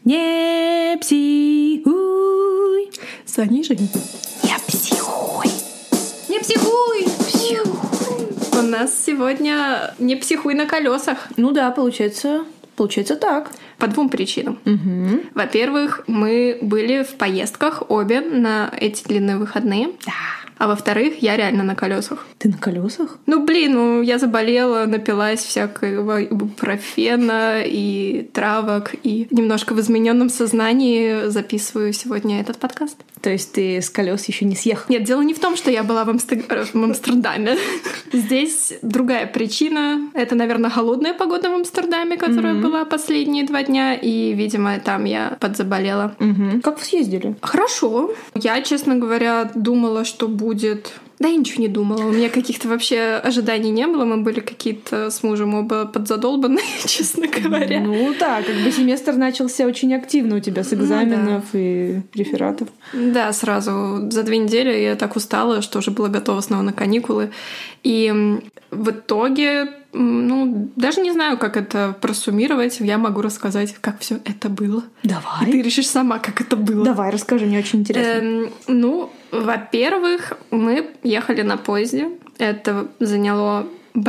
Не психуй. Звони же. Не психуй. Не психуй. У нас сегодня не психуй на колесах. Ну да, получается так. По двум причинам. Угу. Во-первых, мы были в поездках обе на эти длинные выходные. Да. А во-вторых, я реально на колесах. Ты на колесах? Я заболела, напилась всякого ибупрофена и травок, и немножко в измененном сознании записываю сегодня этот подкаст. То есть ты с колес еще не съехал? Нет, дело не в том, что я была в Амстердаме. Здесь другая причина. Это, наверное, холодная погода в Амстердаме, которая была последние 2 дня, и, видимо, там я подзаболела. Угу. Как вы съездили? Хорошо. Я, честно говоря, думала, что будет... Да, я ничего не думала. У меня каких-то вообще ожиданий не было. Мы были какие-то с мужем оба подзадолбанные, честно говоря. Ну да, как бы семестр начался очень активно у тебя с экзаменов и рефератов. Да, сразу за 2 недели я так устала, что уже была готова снова на каникулы. И в итоге... даже не знаю, как это просуммировать. Я могу рассказать, как все это было. Давай. И ты решишь сама, как это было. Давай, расскажи, мне очень интересно. Во-первых, мы ехали на поезде. Это заняло...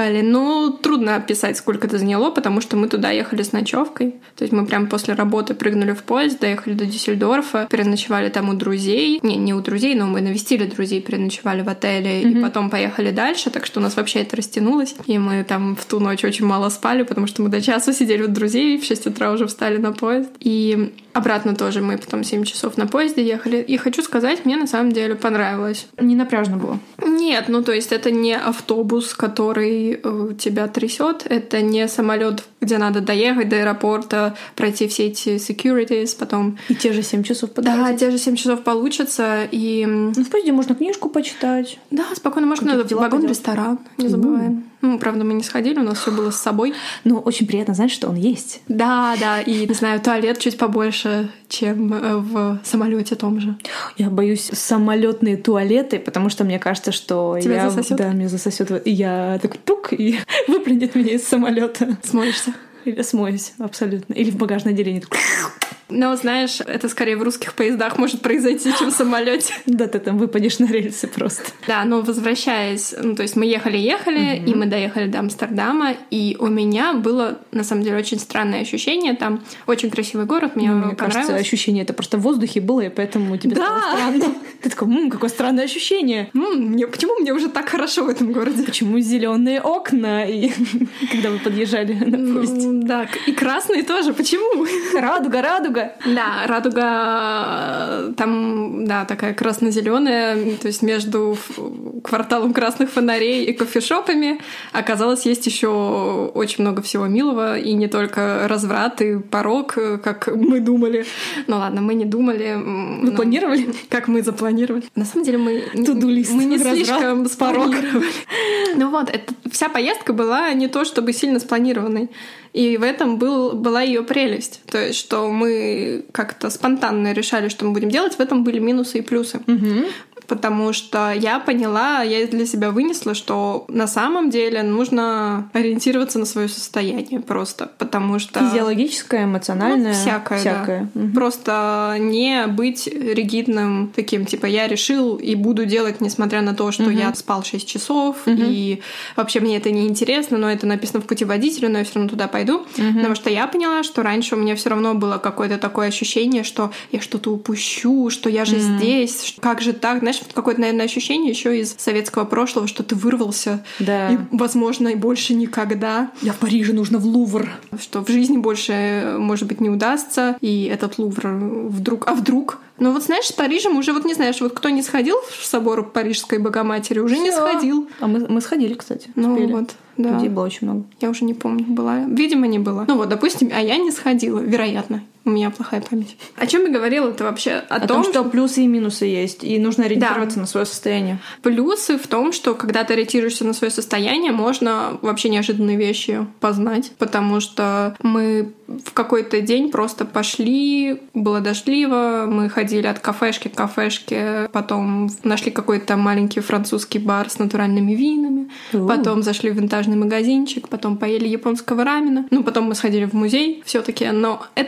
трудно описать, сколько это заняло, потому что мы туда ехали с ночевкой. То есть мы прям после работы прыгнули в поезд, доехали до Дюссельдорфа, переночевали там у друзей. Не у друзей, но мы навестили друзей, переночевали в отеле, и потом поехали дальше, так что у нас вообще это растянулось. И мы там в ту ночь очень мало спали, потому что мы до часу сидели у друзей, в 6 утра уже встали на поезд. И обратно тоже мы потом 7 часов на поезде ехали. И хочу сказать, мне на самом деле понравилось. Не напряжно было? Нет, то есть это не автобус, который тебя трясет. Это не самолет, где надо доехать до аэропорта, пройти все эти securities, потом... И те же 7 часов потратить. Да, те же 7 часов получится. И... в поезде можно книжку почитать. Да, спокойно можно. Вагон-ресторан, не забываем. Правда, мы не сходили, у нас все было с собой. Очень приятно знать, что он есть. Да, и, не знаю, туалет чуть побольше, чем в самолете том же. Я боюсь самолетные туалеты, потому что мне кажется, что тебя засосет. Да, меня засосет. И я такой тук, и выплюнет меня из самолета. Смоешься. Или смоюсь, абсолютно. Или в багажное отделение. Но, знаешь, это скорее в русских поездах может произойти, чем в самолете. Да, ты там выпадешь на рельсы просто. Да, но возвращаясь, то есть мы ехали, и мы доехали до Амстердама, и у меня было, на самом деле, очень странное ощущение. Там очень красивый город, мне понравилось. Кажется, ощущение это просто в воздухе было, и поэтому тебе стало странно. Ты такой, какое странное ощущение. Почему мне уже так хорошо в этом городе? Почему зеленые окна, и когда вы подъезжали на поезде? Да, и красные тоже. Почему? Радуга. Да, радуга там, да, такая красно-зеленая, то есть между кварталом красных фонарей и кофешопами оказалось есть еще очень много всего милого, и не только разврат и порок, как мы думали. Ну ладно, мы не думали. Вы планировали? Как мы запланировали. На самом деле мы не разврат, слишком спланировали. Вся поездка была не то чтобы сильно спланированной. И в этом была ее прелесть. То есть, что мы как-то спонтанно решали, что мы будем делать, в этом были минусы и плюсы. Потому что я поняла, я для себя вынесла, что на самом деле нужно ориентироваться на свое состояние просто, потому что... Физиологическое, эмоциональное. Всякое. Да. Просто не быть ригидным таким, типа, я решил и буду делать, несмотря на то, что я спал 6 часов, и вообще мне это не интересно, но это написано в путеводителе, но я все равно туда пойду. Потому что я поняла, что раньше у меня все равно было какое-то такое ощущение, что я что-то упущу, что я же здесь, как же так, знаешь, какое-то, наверное, ощущение еще из советского прошлого, что ты вырвался, и, возможно, и больше никогда. Я в Париже, нужно в Лувр. Что в жизни больше, может быть, не удастся, и этот Лувр вдруг. Но вот, знаешь, с Парижем уже, не знаешь, кто не сходил в собор Парижской Богоматери, уже не сходил. А мы сходили, кстати. Да. Людей было очень много. Я уже не помню, была. Видимо, не была. Допустим, а я не сходила, вероятно. У меня плохая память. О чем я говорила? Это вообще о том, что плюсы и минусы есть, и нужно ориентироваться на свое состояние. Плюсы в том, что когда ты ориентируешься на свое состояние, можно вообще неожиданные вещи познать, потому что мы в какой-то день просто пошли, было дождливо, мы ходили от кафешки к кафешке, потом нашли какой-то маленький французский бар с натуральными винами, потом зашли в винтажный магазинчик, потом поели японского рамена, потом мы сходили в музей все-таки, но это было как-то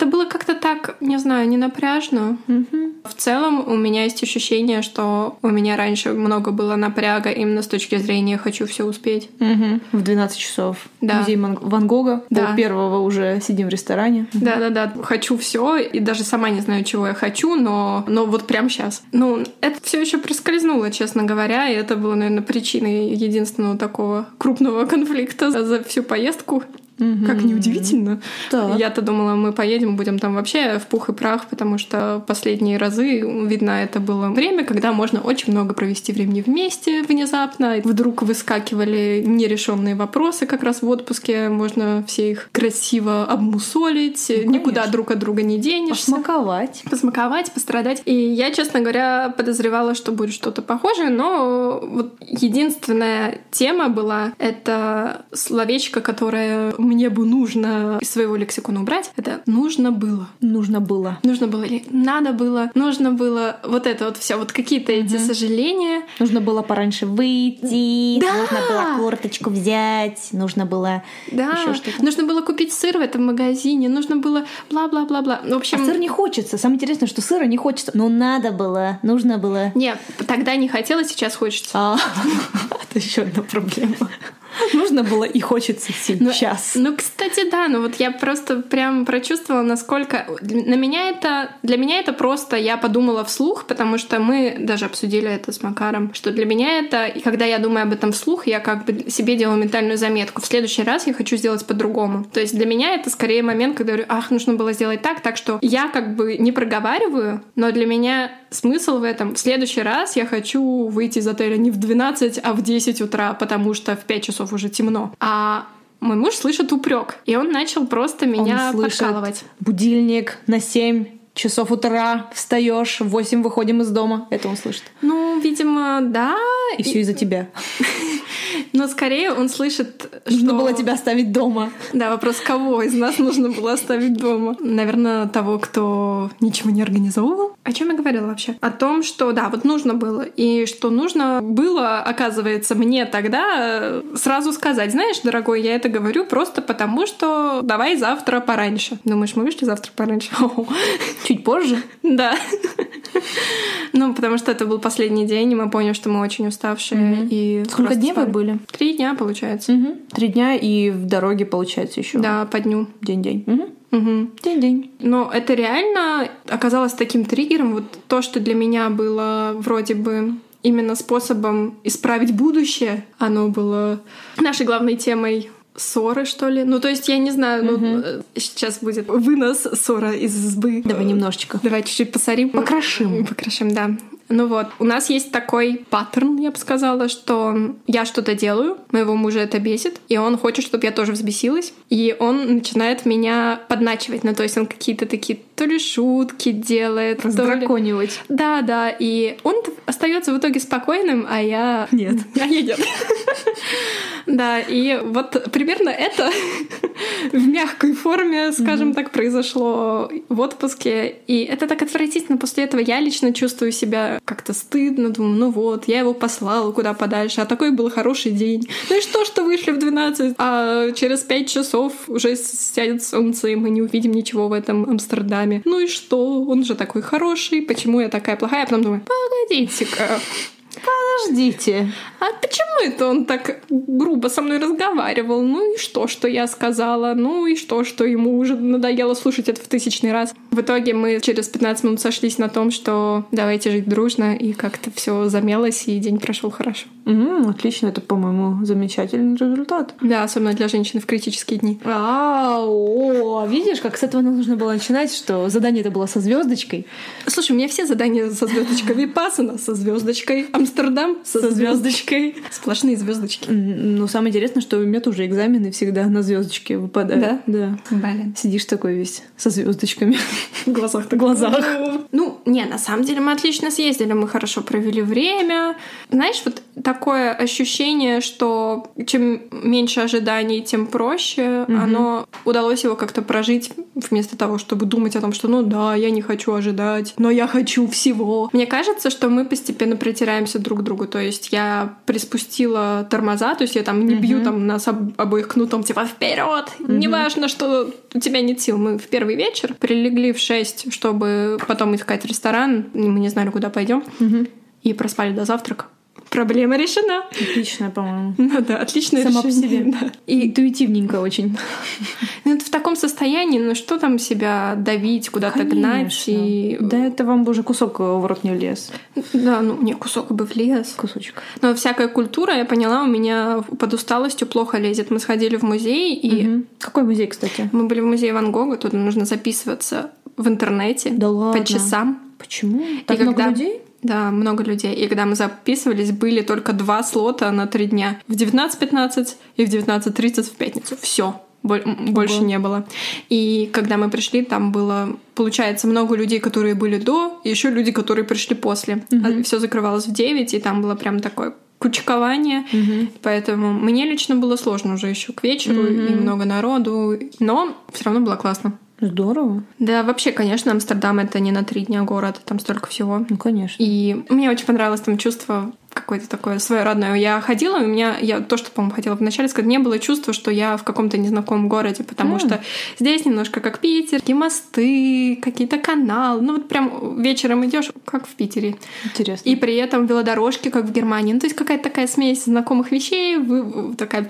как-то так, не знаю, не напряжно. В целом у меня есть ощущение, что у меня раньше много было напряга именно с точки зрения «хочу все успеть». В 12 часов. Да. Музей Ван Гога. Да. Пол первого уже сидим в ресторане. Да. Хочу все и даже сама не знаю, чего я хочу, но вот прямо сейчас. Ну, это все еще проскользнуло, честно говоря, и это было, наверное, причиной единственного такого крупного конфликта за всю поездку. Как неудивительно. Да. Я-то думала, мы поедем, будем там вообще в пух и прах, потому что последние разы, видно, это было время, когда можно очень много провести времени вместе внезапно. Вдруг выскакивали нерешенные вопросы как раз в отпуске, можно все их красиво обмусолить, никуда друг от друга не денешься. Посмаковать, пострадать. И я, честно говоря, подозревала, что будет что-то похожее, но вот единственная тема была — это словечко, которое мне бы нужно из своего лексикона убрать, это «нужно было». Нужно было Или «надо было», «нужно было». Вот это вот все, вот какие-то эти сожаления. Нужно было пораньше выйти, Да! нужно было курточку взять, нужно было еще что-то. Нужно было купить сыр в этом магазине, нужно было бла-бла-бла-бла. В общем... А сыр не хочется. Самое интересное, что сыра не хочется. Но надо было, нужно было. Нет, тогда не хотела, сейчас хочется. Это еще одна проблема. Нужно было и хочется сейчас. Ну, кстати, да, вот я просто прям прочувствовала, насколько... Для меня это просто... Я подумала вслух, потому что мы даже обсудили это с Макаром, что для меня это... И когда я думаю об этом вслух, я как бы себе делаю ментальную заметку. В следующий раз я хочу сделать по-другому. То есть для меня это скорее момент, когда я говорю, нужно было сделать так что я как бы не проговариваю, но для меня смысл в этом. В следующий раз я хочу выйти из отеля не в 12, а в 10 утра, потому что в 5 часов уже темно. А мой муж слышит упрек, и он начал просто меня подкалывать. Будильник на 7 часов утра, встаешь, в 8 выходим из дома. Это он слышит. Ну, видимо, да. И все из-за тебя. Но скорее он слышит, что... Нужно было тебя оставить дома. Да, вопрос, кого из нас нужно было оставить дома? Наверное, того, кто ничего не организовывал. О чем я говорила вообще? О том, что, да, вот нужно было. И что нужно было, оказывается, мне тогда сразу сказать. Знаешь, дорогой, я это говорю просто потому, что давай завтра пораньше. Думаешь, мы вышли завтра пораньше? Чуть позже? Да. Ну, потому что это был последний день, и мы поняли, что мы очень уставшие. И сколько дней вы были? 3 дня, получается. 3 дня, и в дороге, получается, еще. Да, по дню. День-день. День-день. Но это реально оказалось таким триггером. Вот то, что для меня было вроде бы именно способом исправить будущее, оно было нашей главной темой ссоры, что ли. Ну, то есть, я не знаю, сейчас будет вынос ссора из избы. Давай немножечко. Давай чуть-чуть посорим. Покрошим, да. Ну вот, у нас есть такой паттерн, я бы сказала, что я что-то делаю, моего мужа это бесит, и он хочет, чтобы я тоже взбесилась, и он начинает меня подначивать, ну то есть он какие-то такие то ли шутки делает, раздраконивать. Да, и он остается в итоге спокойным, а я... Нет. Да, и вот примерно это в мягкой форме, скажем так, произошло в отпуске. И это так отвратительно. После этого я лично чувствую себя как-то стыдно. Думаю, ну вот, я его послала куда подальше, а такой был хороший день. Ну и что вышли в 12, а через 5 часов уже сядет солнце, и мы не увидим ничего в этом Амстердаме. Ну и что? Он же такой хороший, почему я такая плохая? А потом думаю, погодите-ка. Подождите. А почему это он так грубо со мной разговаривал? Ну и что я сказала? Ну и что ему уже надоело слушать это в 1000-й раз? В итоге мы через 15 минут сошлись на том, что давайте жить дружно, и как-то все замялось, и день прошел хорошо. Отлично, это, по-моему, замечательный результат. Да, особенно для женщины в критические дни. Видишь, как с этого нужно было начинать, что задание это было со звездочкой. Слушай, у меня все задания со звездочкой. Випассана со звездочкой, Амстердам со звездочкой. Сплошные звездочки. Ну, самое интересное, что у меня тоже экзамены всегда на звездочке выпадают. Да? Да. Блин. Сидишь такой весь со звездочками. В глазах. Ну, на самом деле мы отлично съездили, мы хорошо провели время. Знаешь, вот такое ощущение, что чем меньше ожиданий, тем проще. Оно удалось его как-то прожить вместо того, чтобы думать о том, что ну да, я не хочу ожидать, но я хочу всего. Мне кажется, что мы постепенно притираемся друг к другу. То есть я приспустила тормоза, то есть я там не бью там нас обоих кнутом, типа вперед! Неважно, что у тебя нет сил. Мы в первый вечер прилегли в 6, чтобы потом искать ресторан. Мы не знали, куда пойдем. И проспали до завтрака. Проблема решена. Отлично, по-моему. Ну да, отличное решение. Сама по себе. Да. И интуитивненько очень. Ну, в таком состоянии, ну что там себя давить, куда-то гнать? И... Да это вам бы уже кусок в рот не влез. Да, ну не кусок бы влез. Кусочек. Но всякая культура, я поняла, у меня под усталостью плохо лезет. Мы сходили в музей и... Какой музей, кстати? Мы были в музее Ван Гога, туда нужно записываться в интернете. Да ладно? По часам. Почему? Так много людей? Да, много людей. И когда мы записывались, были только 2 слота на 3 дня. В 19:15 и в 19:30 в пятницу. Все. Больше не было. И когда мы пришли, там было, получается, много людей, которые были до, и еще люди, которые пришли после. Все закрывалось в 9, и там было прям такое кучкование. Поэтому мне лично было сложно уже еще к вечеру, и много народу. Но все равно было классно. Здорово. Да, вообще, конечно, Амстердам — это не на 3 дня город, там столько всего. Ну, конечно. И мне очень понравилось там чувство какое-то такое свое родное. Я ходила, и у меня, я то, что, по-моему, хотела вначале сказать, не было чувства, что я в каком-то незнакомом городе, потому что здесь немножко как Питер, такие мосты, какие-то каналы. Ну, вот прям вечером идешь, как в Питере. Интересно. И при этом велодорожки, как в Германии. Ну, то есть какая-то такая смесь знакомых вещей, такая...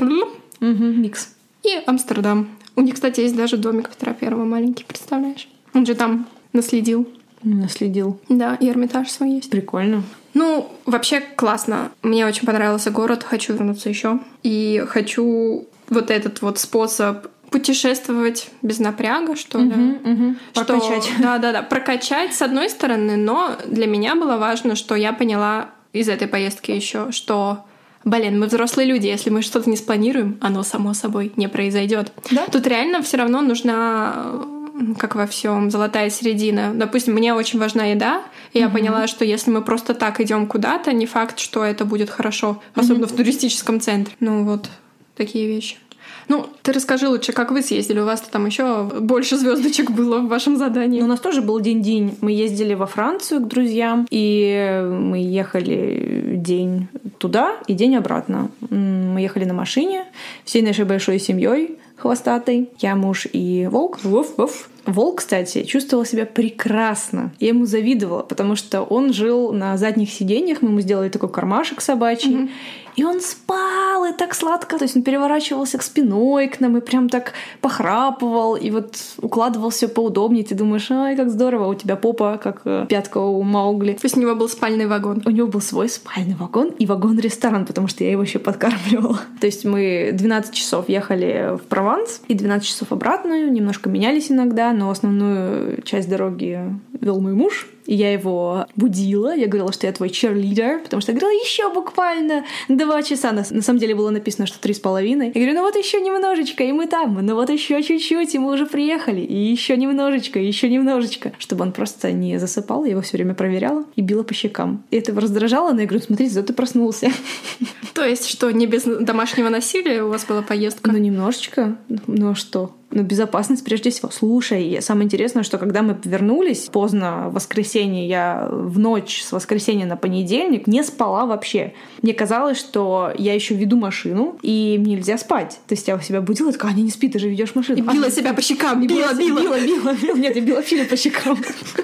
Микс. И Амстердам. У них, кстати, есть даже домик Петра Первого маленький, представляешь? Он же там наследил. Наследил. Да, и Эрмитаж свой есть. Прикольно. Ну, вообще классно. Мне очень понравился город, хочу вернуться еще. И хочу вот этот вот способ путешествовать без напряга, что ли. Прокачать. Да, прокачать, с одной стороны, но для меня было важно, что я поняла из этой поездки еще, что... Блин, мы взрослые люди, если мы что-то не спланируем, оно само собой не произойдет. Да? Тут реально все равно нужна, как во всем, золотая середина. Допустим, мне очень важна еда, и я поняла, что если мы просто так идем куда-то, не факт, что это будет хорошо, особенно в туристическом центре. Ну вот, такие вещи. Ну, ты расскажи лучше, как вы съездили. У вас-то там еще больше звездочек было в вашем задании. Ну, у нас тоже был день-день. Мы ездили во Францию к друзьям, и мы ехали день туда и день обратно. Мы ехали на машине всей нашей большой семьей хвостатой. Я, муж и волк. Воф-воф. Волк, кстати, чувствовал себя прекрасно. Я ему завидовала, потому что он жил на задних сиденьях. Мы ему сделали такой кармашек собачий. И он спал, и так сладко. То есть он переворачивался к спиной к нам и прям так похрапывал, и вот укладывался поудобнее. Ты думаешь, ай, как здорово, у тебя попа, как пятка у Маугли. То есть у него был спальный вагон? У него был свой спальный вагон и вагон-ресторан, потому что я его еще подкармливала. То есть мы 12 часов ехали в Прованс и 12 часов обратно, немножко менялись иногда, но основную часть дороги вел мой муж. И я его будила, я говорила, что я твой cheerleader, потому что я говорила, еще буквально 2 часа. На самом деле было написано, что 3,5. Я говорю, ну вот еще немножечко, и мы там, ну вот еще чуть-чуть, и мы уже приехали, и еще немножечко, чтобы он просто не засыпал, я его все время проверяла и била по щекам. И это его раздражало, но я говорю, смотри, зато ты проснулся. То есть, что, не без домашнего насилия у вас была поездка? Ну, немножечко, ну что? Ну, безопасность прежде всего. Слушай, самое интересное, что когда мы вернулись поздно в воскресенье, я в ночь с воскресенья на понедельник не спала вообще. Мне казалось, что я еще веду машину, и мне нельзя спать. То есть я у себя будила, такая, Аня, не спи, ты же ведешь машину. И била себя по щекам, не била. Нет, я била Филю по щекам.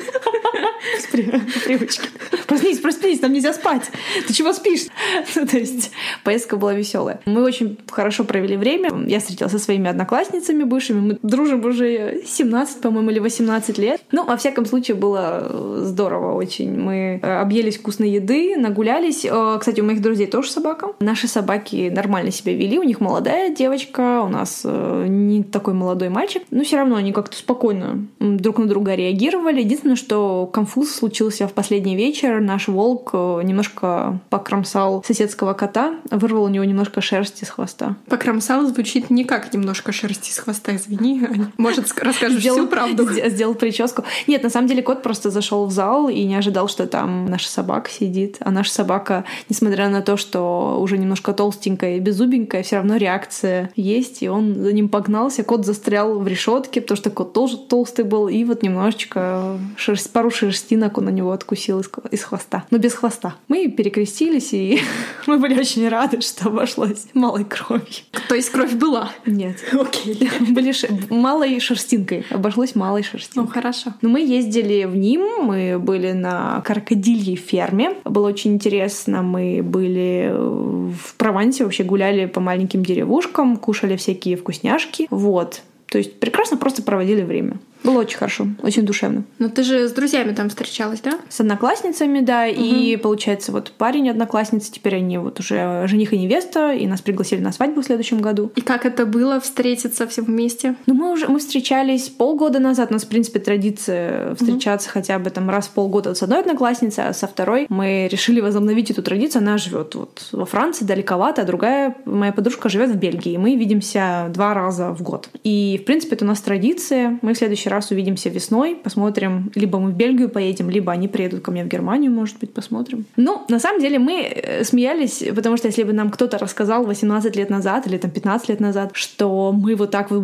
По привычке. Проснись, нам нельзя спать. Ты чего спишь? То есть поездка была веселая. Мы очень хорошо провели время. Я встретилась со своими одноклассницами бывшими. Мы дружим уже 17, по-моему, или 18 лет. Ну, во всяком случае, было здорово очень. Мы объелись вкусной еды, нагулялись. Кстати, у моих друзей тоже собака. Наши собаки нормально себя вели. У них молодая девочка, у нас не такой молодой мальчик. Но все равно они как-то спокойно друг на друга реагировали. Единственное, что конфуз случился в последний вечер. Наш волк немножко покромсал соседского кота, вырвал у него немножко шерсти с хвоста. Покромсал звучит не как немножко шерсти с хвоста, извини. Может, расскажешь всю правду? Сделал прическу. Нет, на самом деле кот просто зашел в зал и не ожидал, что там наша собака сидит. А наша собака, несмотря на то, что уже немножко толстенькая и беззубенькая, все равно реакция есть, и он за ним погнался. Кот застрял в решетке, потому что кот тоже толстый был, и вот немножечко пару шерстинок он у него откусил из хвоста. Но без хвоста. Мы перекрестились, и мы были очень рады, что обошлось малой кровью. То есть кровь была? Нет. Окей. Были малой шерстинкой. Обошлось малой шерстинкой. Ну, хорошо. Но мы ездили в Ним, мы были на крокодильей ферме. Было очень интересно. Мы были в Провансе, вообще гуляли по маленьким деревушкам, кушали всякие вкусняшки. Вот. То есть прекрасно просто проводили время. Было очень хорошо, очень душевно. Но ты же с друзьями там встречалась, да? С одноклассницами, да. Угу. И, получается, вот парень одноклассницы, теперь они вот уже жених и невеста, и нас пригласили на свадьбу в следующем году. И как это было встретиться все вместе? Ну, мы встречались полгода назад. У нас, в принципе, традиция встречаться хотя бы там раз в полгода с одной одноклассницей, а со второй мы решили возобновить эту традицию. Она живет вот во Франции, далековато, а другая моя подружка живет в Бельгии. И мы видимся 2 раза в год. И, в принципе, это у нас традиция. Мы в следующий раз увидимся весной, посмотрим, либо мы в Бельгию поедем, либо они приедут ко мне в Германию, может быть, посмотрим. Ну, на самом деле мы смеялись, потому что если бы нам кто-то рассказал 18 лет назад или там 15 лет назад, что мы вот так вот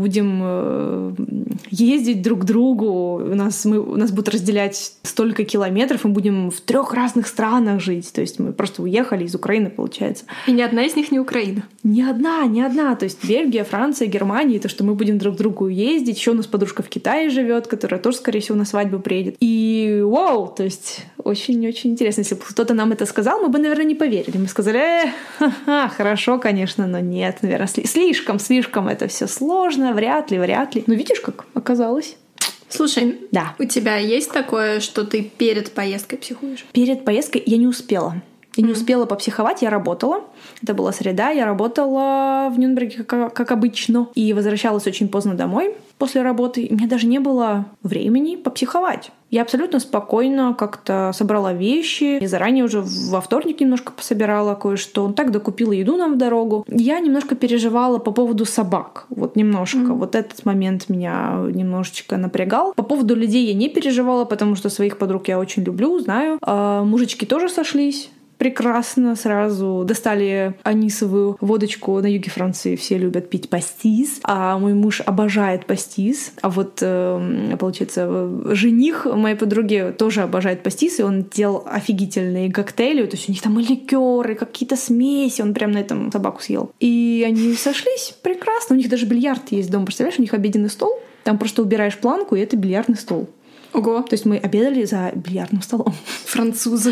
будем ездить друг к другу, у нас будут разделять столько километров, мы будем в 3 разных странах жить, то есть мы просто уехали из Украины, получается. И ни одна из них не Украина? Ни одна, то есть Бельгия, Франция, Германия, то, что мы будем друг к другу ездить, еще у нас подружка в Китае живет, которая тоже, скорее всего, на свадьбу приедет. И вау, то есть очень-очень интересно. Если бы кто-то нам это сказал, мы бы, наверное, не поверили. Мы сказали, хорошо, конечно, но нет, наверное, слишком это все сложно, вряд ли. Но видишь, как оказалось. Слушай, да. У тебя есть такое, что ты перед поездкой психуешь? Перед поездкой я не успела. Я не успела попсиховать, я работала. Это была среда, я работала в Нюрнберге, как обычно. И возвращалась очень поздно домой после работы. И мне даже не было времени попсиховать. Я абсолютно спокойно как-то собрала вещи. И заранее уже во вторник немножко пособирала кое-что. Так докупила еду нам в дорогу. Я немножко переживала по поводу собак. Вот немножко. Вот этот момент меня немножечко напрягал. По поводу людей я не переживала, потому что своих подруг я очень люблю, знаю. Мужички тоже сошлись. Прекрасно сразу достали анисовую водочку. На юге Франции все любят пить пастис, а мой муж обожает пастис. А вот, получается, жених моей подруги тоже обожает пастис, и он делал офигительные коктейли. То есть у них там и ликеры, какие-то смеси. Он прям на этом собаку съел. И они сошлись прекрасно. У них даже бильярд есть дома. Представляешь, у них обеденный стол. Там просто убираешь планку, и это бильярдный стол. Ого. То есть мы обедали за бильярдным столом. Французы.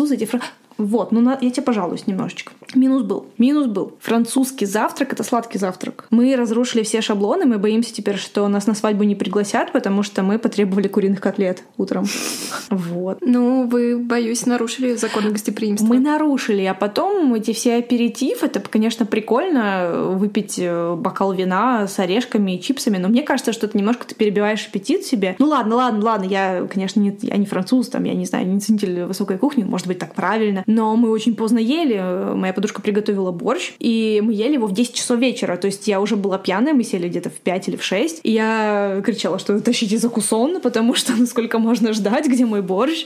Вот, я тебе пожалуюсь немножечко. Минус был. Французский завтрак — это сладкий завтрак. Мы разрушили все шаблоны, мы боимся теперь, что нас на свадьбу не пригласят, потому что мы потребовали куриных котлет утром. Вот. Ну, вы, боюсь, нарушили законы гостеприимства. Мы нарушили, а потом эти все аперитив, это, конечно, прикольно выпить бокал вина с орешками и чипсами, но мне кажется, что немножко ты перебиваешь аппетит себе. Ну ладно, я, конечно, я не француз, там, я не знаю, не ценитель высокой кухни, может быть, так правильно. Но мы очень поздно ели. Моя подружка приготовила борщ, и мы ели его в 10 часов вечера. То есть я уже была пьяная, мы сели где-то в 5 или в 6. И я кричала, что тащите закусон, потому что насколько можно ждать, где мой борщ.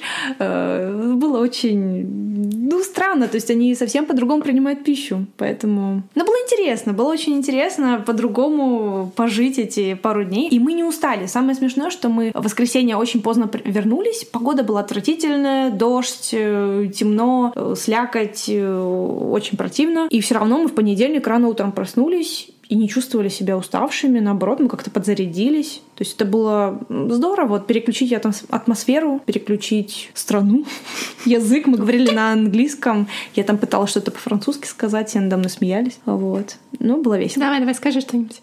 Было очень странно. То есть они совсем по-другому принимают пищу. Поэтому... Но было очень интересно по-другому пожить эти пару дней. И мы не устали. Самое смешное, что мы в воскресенье очень поздно вернулись. Погода была отвратительная, дождь, темно, слякоть, очень противно. И все равно мы в понедельник рано утром проснулись и не чувствовали себя уставшими, наоборот, мы как-то подзарядились. То есть это было здорово, вот переключить атмосферу, переключить страну, язык. Мы говорили на английском, я там пыталась что-то по-французски сказать, все надо мной смеялись. Вот. Ну, было весело. Давай, скажи что-нибудь.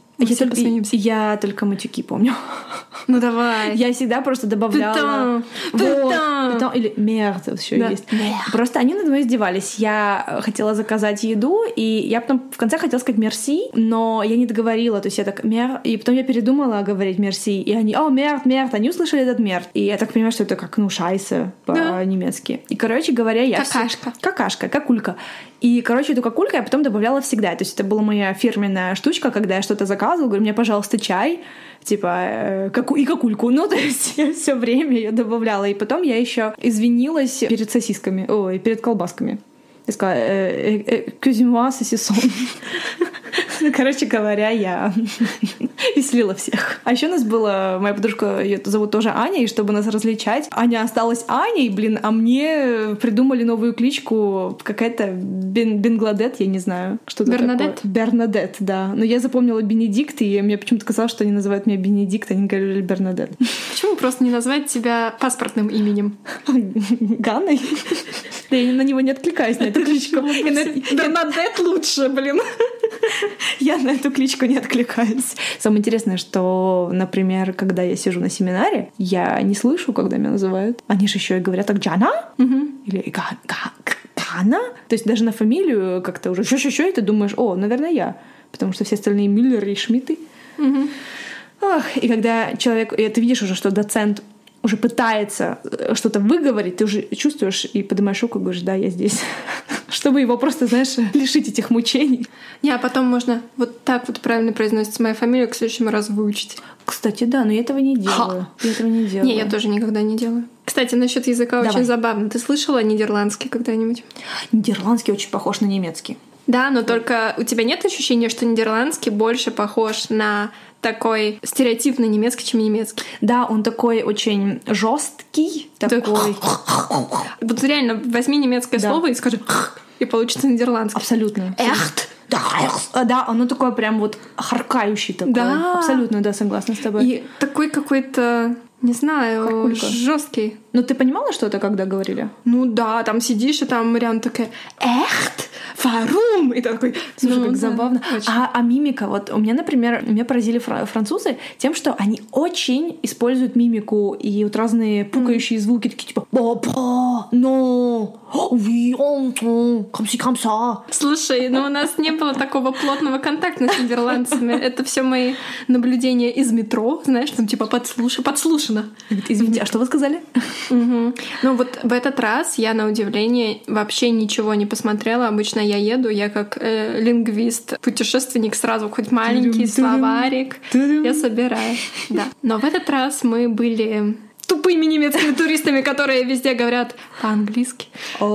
Я только матюки помню. Ну давай. Я всегда просто добавляла. или merde еще Да. есть. Просто они надо мной издевались. Я хотела заказать еду, и я потом в конце хотела сказать merci, но я не договорила. То есть я так мер, и потом я передумала говорить merci, и они мерд, они услышали этот мерд. И я так понимаю, что это как, шайсе по-немецки. И, короче говоря, я... Какашка, какулька. И, короче, эту какульку я потом добавляла всегда. То есть это была моя фирменная штучка, когда я что-то заказывала, говорю, мне, пожалуйста, чай, типа, и какульку. Ну, то есть я все время ее добавляла. И потом я еще извинилась перед сосисками, перед колбасками. Я сказала, excusez-moi, saucisson. Короче говоря, я веселила всех. А еще у нас была моя подружка, ее зовут тоже Аня, и чтобы нас различать, Аня осталась Аней, а мне придумали новую кличку, какая-то Бенгладет, я не знаю, что это Бернадет? такое. Бернадет, да. Но я запомнила Бенедикт, и мне почему-то казалось, что они называют меня Бенедикт, они говорили Бернадет. Почему просто не назвать тебя паспортным именем? Ганной? Я на него не откликаюсь, на эту кличку. Бернадет лучше, блин. Я на эту кличку не откликаюсь. Самое интересное, что, например, когда я сижу на семинаре, я не слышу, когда меня называют. Они же еще и говорят так «Джана?» или «Гана?» То есть даже на фамилию как-то уже «Шо-шо-шо», и ты думаешь «О, наверное, я». Потому что все остальные Миллеры и Шмидты. И когда человек... И ты видишь уже, что доцент уже пытается что-то выговорить, ты уже чувствуешь и поднимаешь руку и говоришь, да, я здесь. Чтобы его просто, знаешь, лишить этих мучений. Не, а потом можно вот так вот правильно произносить мою фамилию к следующему разу выучить. Кстати, да, но я этого не делаю. Не, я тоже никогда не делаю. Кстати, насчет языка очень забавно. Ты слышала нидерландский когда-нибудь? Нидерландский очень похож на немецкий. Да, но только у тебя нет ощущения, что нидерландский больше похож на такой стереотипный немецкий, чем немецкий? Да, он такой очень жесткий, такой. Вот реально возьми немецкое слово и скажи, и получится нидерландский. Абсолютно. Эхт. Да, оно такое прям вот харкающий такой. Да. Абсолютно, да, согласна с тобой. И такой какой-то, не знаю, жесткий. Но ты понимала, что это, когда говорили? Ну да, там сидишь, и там Мариан такая «Эхт? Варум?» И такой... Слушай, как забавно. А мимика, вот у меня, например, меня поразили французы тем, что они очень используют мимику и вот разные пукающие звуки, такие типа «Папа, но, oui, comme ci, comme ça». Слушай, ну у нас не было такого плотного контакта с нидерландцами. Это все мои наблюдения из метро, знаешь, там типа подслушано. Извините, а что вы сказали? Ну вот в этот раз я, на удивление, вообще ничего не посмотрела. Обычно я еду, я как лингвист, путешественник, сразу хоть маленький словарик я собираю. Да. Но в этот раз мы были тупыми немецкими туристами, которые везде говорят по-английски.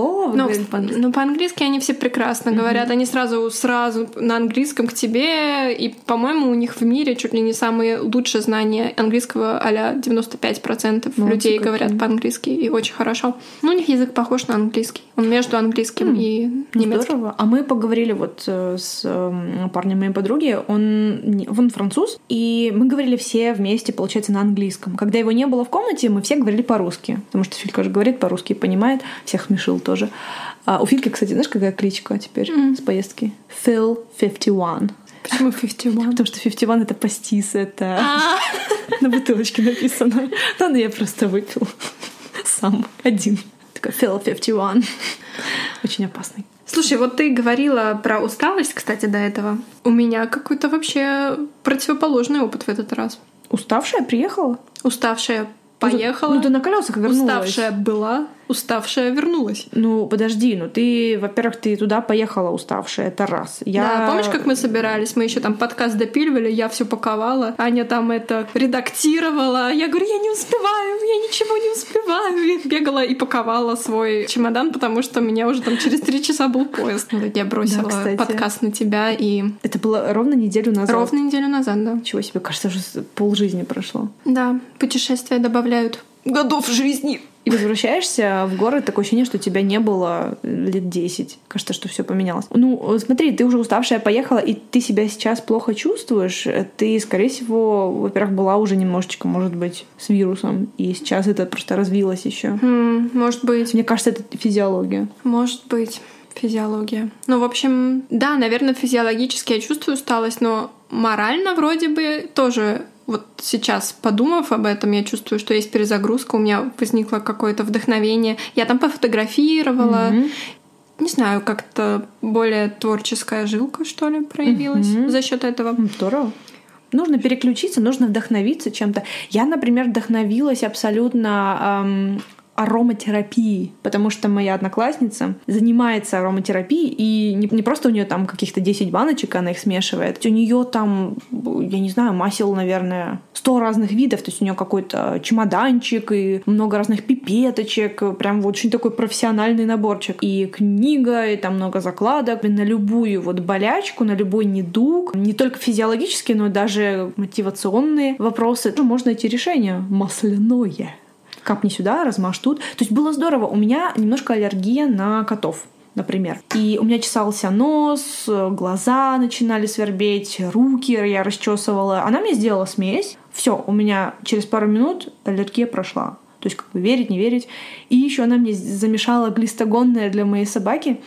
Ну, по-английски они все прекрасно говорят. Они сразу на английском к тебе. И, по-моему, у них в мире чуть ли не самые лучшие знания английского, а-ля 95% людей говорят по-английски. И очень хорошо. Ну, у них язык похож на английский. Он между английским и немецким. Здорово. А мы поговорили вот с парнем моей подруги. Он француз. И мы говорили все вместе, получается, на английском. Когда его не было в комнате, мы все говорили по-русски, потому что Филька же говорит по-русски и понимает, всех смешил тоже. А у Фильки, кстати, знаешь, какая кличка теперь с поездки? Phil 51. Почему 51? Потому что 51 — это пастис, это на бутылочке написано. Да, но я просто выпил сам один. Такой Phil 51. Очень опасный. Слушай, вот ты говорила про усталость, кстати, до этого. У меня какой-то вообще противоположный опыт в этот раз. Уставшая приехала? Уставшая поехала. Ну, ты на колесах вернулась. Уставшая была, уставшая вернулась. Ну, подожди, ты, во-первых, ты туда поехала уставшая, это раз. Да, помнишь, как мы собирались? Мы еще там подкаст допиливали, я все паковала, Аня там это редактировала. Я говорю, я не успеваю, я ничего не успеваю. И бегала и паковала свой чемодан, потому что у меня уже там через 3 часа был поезд. Я бросила подкаст на тебя и... Это было ровно неделю назад. Ровно неделю назад, да. Чего себе, кажется, уже полжизни прошло. Да, путешествия добавляют годов жизни. И возвращаешься в город, такое ощущение, что тебя не было лет 10. Кажется, что все поменялось. Ну, смотри, ты уже уставшая поехала, и ты себя сейчас плохо чувствуешь. Ты, скорее всего, во-первых, была уже немножечко, может быть, с вирусом, и сейчас это просто развилось еще. Может быть. Мне кажется, это физиология. Может быть. Физиология. Ну, в общем, да, наверное, физиологически я чувствую усталость, но морально вроде бы тоже вот сейчас, подумав об этом, я чувствую, что есть перезагрузка, у меня возникло какое-то вдохновение. Я там пофотографировала. Не знаю, как-то более творческая жилка, что ли, проявилась за счет этого. Здорово. Нужно переключиться, нужно вдохновиться чем-то. Я, например, вдохновилась абсолютно ароматерапией, потому что моя одноклассница занимается ароматерапией, и не просто у нее там каких-то 10 баночек, она их смешивает. У нее там, я не знаю, масел, наверное, 100 разных видов. То есть у нее какой-то чемоданчик и много разных пипеточек. Прям вот очень такой профессиональный наборчик. И книга, и там много закладок. На любую вот болячку, на любой недуг. Не только физиологические, но и даже мотивационные вопросы. Можно найти решение. Масляное. Капни сюда, размажь тут. То есть было здорово. У меня немножко аллергия на котов, например. И у меня чесался нос, глаза начинали свербеть, руки я расчесывала. Она мне сделала смесь. Все, у меня через пару минут аллергия прошла. То есть как бы верить, не верить. И еще она мне замешала глистогонное для моей собаки.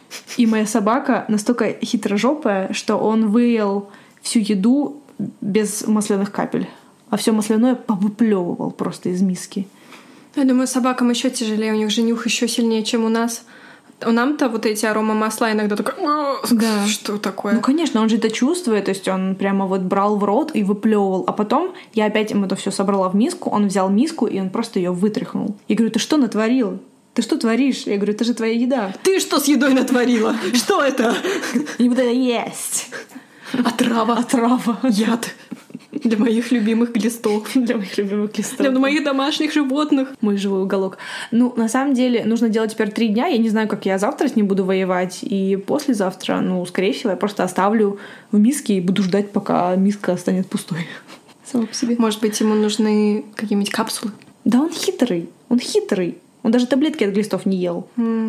И моя собака настолько хитрожопая, что он выел всю еду без масляных капель. А все масляное повыплевывал просто из миски. Я думаю, собакам еще тяжелее, у них же нюх еще сильнее, чем у нас. У нам-то вот эти аромамасла иногда такой... Да. Что такое? Ну, конечно, он же это чувствует, то есть он прямо вот брал в рот и выплевывал. А потом я опять ему это все собрала в миску, он взял миску, и он просто ее вытряхнул. Я говорю, ты что натворил? Ты что творишь? Я говорю, это же твоя еда. Ты что с едой натворила? Что это? Не буду это есть. Отрава. Отрава. Яд. Для моих любимых глистов. Для моих любимых глистов. Для моих домашних животных. Мой живой уголок. Ну, на самом деле, нужно делать теперь 3 дня. Я не знаю, как я завтра с ним буду воевать. И послезавтра, ну, скорее всего, я просто оставлю в миске и буду ждать, пока миска станет пустой. Сама по себе. Может быть, ему нужны какие-нибудь капсулы? Да он хитрый. Он хитрый. Он даже таблетки от глистов не ел.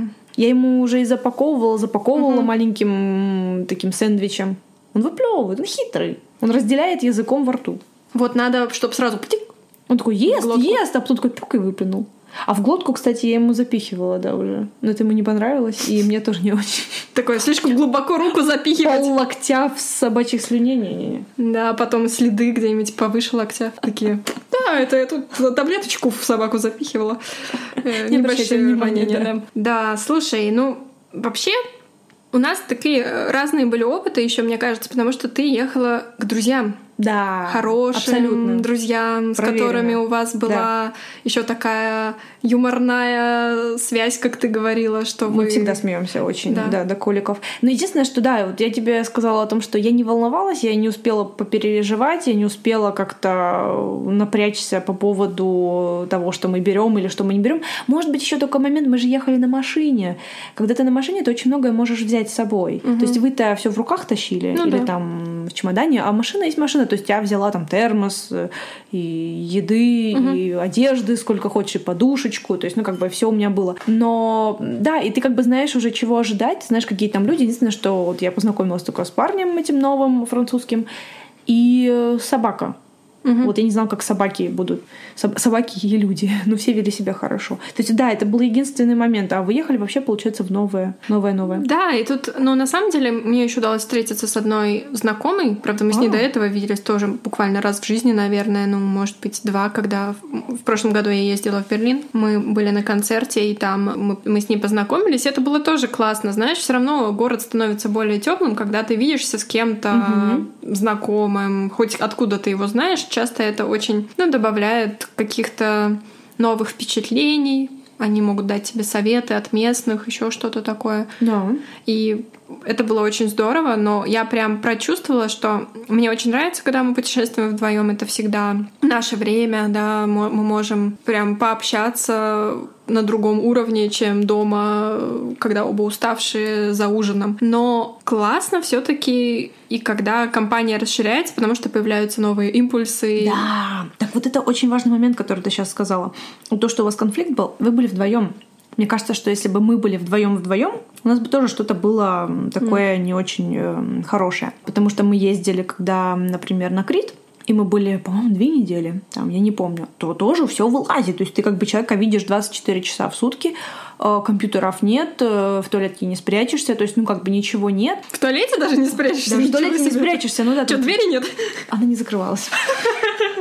Я ему уже и запаковывала маленьким таким сэндвичем. Он выплевывает, он хитрый. Он разделяет языком во рту. Вот надо, чтобы сразу... Он такой ест, а потом такой пюк и выплюнул. А в глотку, кстати, я ему запихивала, да, уже. Но это ему не понравилось, и мне тоже не очень. Такое слишком глубоко руку запихивать. Пол локтя в собачьих слюней. Не-не-не. Да, потом следы где-нибудь повыше локтя. Такие, да, это я тут таблеточку в собаку запихивала. Не обращайте внимания. Да, слушай, ну, вообще... У нас такие разные были опыты еще, мне кажется, потому что ты ехала к друзьям. Да, хорошим абсолютно. Друзьям, с которыми у вас была еще такая юморная связь, как ты говорила, что мы всегда смеемся очень, до коликов. Но единственное, что да, вот я тебе сказала о том, что я не волновалась, я не успела попереживать, я не успела как-то напрячься по поводу того, что мы берем или что мы не берем. Может быть, еще только момент, мы же ехали на машине. Когда ты на машине, ты очень многое можешь взять с собой. То есть вы-то все в руках тащили или там в чемодане, а машина есть машина. То есть я взяла там термос и еды, и одежды, сколько хочешь, и подушечку. То есть, ну, как бы все у меня было. Но да, и ты как бы знаешь уже, чего ожидать, знаешь, какие там люди. Единственное, что вот я познакомилась только с парнем этим новым французским, и собака. Вот я не знала, как собаки будут. Собаки и люди. Но все вели себя хорошо. То есть, да, это был единственный момент. А вы ехали вообще, получается, в новое. Да, и тут, ну, на самом деле, мне еще удалось встретиться с одной знакомой. Правда, мы с ней до этого виделись тоже буквально раз в жизни, наверное. Ну, может быть, 2, когда в прошлом году я ездила в Берлин. Мы были на концерте, и там мы с ней познакомились. Это было тоже классно. Знаешь, все равно город становится более теплым, когда ты видишься с кем-то знакомым, хоть откуда ты его знаешь. Часто это очень, добавляет каких-то новых впечатлений. Они могут дать тебе советы от местных, еще что-то такое. Да. И это было очень здорово, но я прям прочувствовала, что мне очень нравится, когда мы путешествуем вдвоем. Это всегда наше время, да, мы можем прям пообщаться на другом уровне, чем дома, когда оба уставшие за ужином. Но классно все-таки и когда компания расширяется, потому что появляются новые импульсы. Да, так вот это очень важный момент, который ты сейчас сказала. То, что у вас конфликт был, вы были вдвоем. Мне кажется, что если бы мы были вдвоем, у нас бы тоже что-то было такое не очень хорошее. Потому что мы ездили, когда, например, на Крит, и мы были, по-моему, 2 недели, там, я не помню, то тоже все вылазит. То есть ты как бы человека видишь 24 часа в сутки, компьютеров нет, в туалетке не спрячешься, то есть, ну, как бы ничего нет. В туалете даже не спрячешься? Даже в туалете не спрячешься, ну да. Что, двери нет? Она не закрывалась.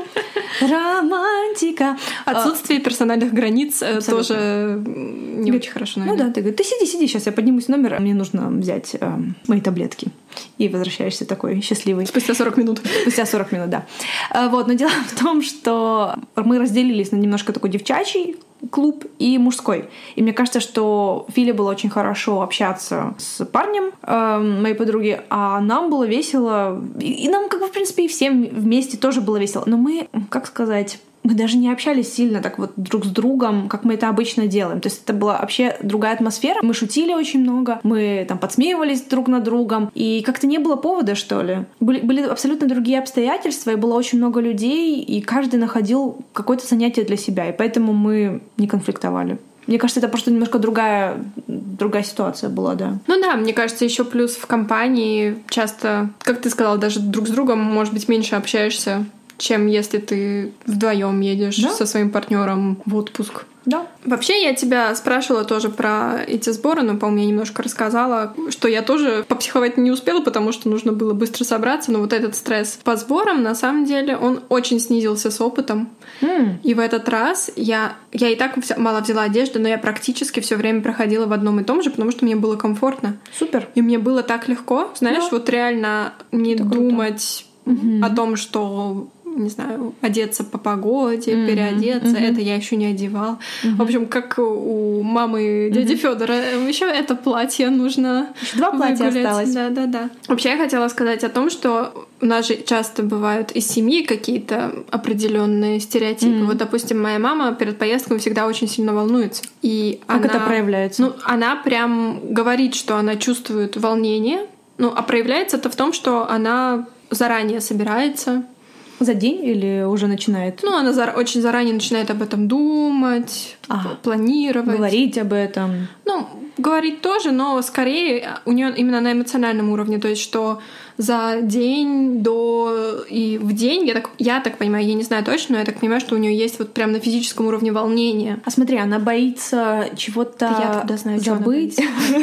Романтика. Отсутствие персональных границ тоже не очень хорошо, наверное. Ну да, ты говоришь, ты сиди, сейчас я поднимусь в номер, мне нужно взять мои таблетки. И возвращаешься такой счастливый. Спустя 40 минут. Спустя 40 минут, да. Вот, но дело в том, что мы разделились на немножко такой девчачий клуб и мужской. И мне кажется, что Филе было очень хорошо общаться с парнем моей подруги, а нам было весело. И нам, как бы, в принципе, и всем вместе тоже было весело. Но мы, как сказать... Мы даже не общались сильно так вот друг с другом, как мы это обычно делаем. То есть это была вообще другая атмосфера. Мы шутили очень много, мы там подсмеивались друг над другом. И как-то не было повода, что ли. Были абсолютно другие обстоятельства, и было очень много людей, и каждый находил какое-то занятие для себя. И поэтому мы не конфликтовали. Мне кажется, это просто немножко другая ситуация была, да. Ну да, мне кажется, еще плюс в компании часто, как ты сказала, даже друг с другом, может быть, меньше общаешься, чем если ты вдвоем едешь со своим партнером в отпуск. Да. Вообще, я тебя спрашивала тоже про эти сборы, но, по-моему, я немножко рассказала, что я тоже попсиховать не успела, потому что нужно было быстро собраться, но вот этот стресс по сборам, на самом деле, он очень снизился с опытом. И в этот раз я и так мало взяла одежды, но я практически все время проходила в одном и том же, потому что мне было комфортно. Супер. И мне было так легко, знаешь, вот реально не думать о том, что... не знаю, одеться по погоде, переодеться. Это я еще не одевала. В общем, как у мамы дяди Федора, еще это платье нужно. Еще 2 платья осталось. Да. Вообще, я хотела сказать о том, что у нас же часто бывают из семьи какие-то определенные стереотипы. Вот, допустим, моя мама перед поездкой всегда очень сильно волнуется. И как это проявляется? Ну, она прям говорит, что она чувствует волнение. Ну, а проявляется это в том, что она заранее собирается. За день или уже начинает? Ну, она очень заранее начинает об этом думать, планировать. Говорить об этом. Ну, говорить тоже, но скорее у нее именно на эмоциональном уровне. То есть, что за день до и в день, я так понимаю, я не знаю точно, но я так понимаю, что у нее есть вот прям на физическом уровне волнение. А смотри, она боится чего-то забыть.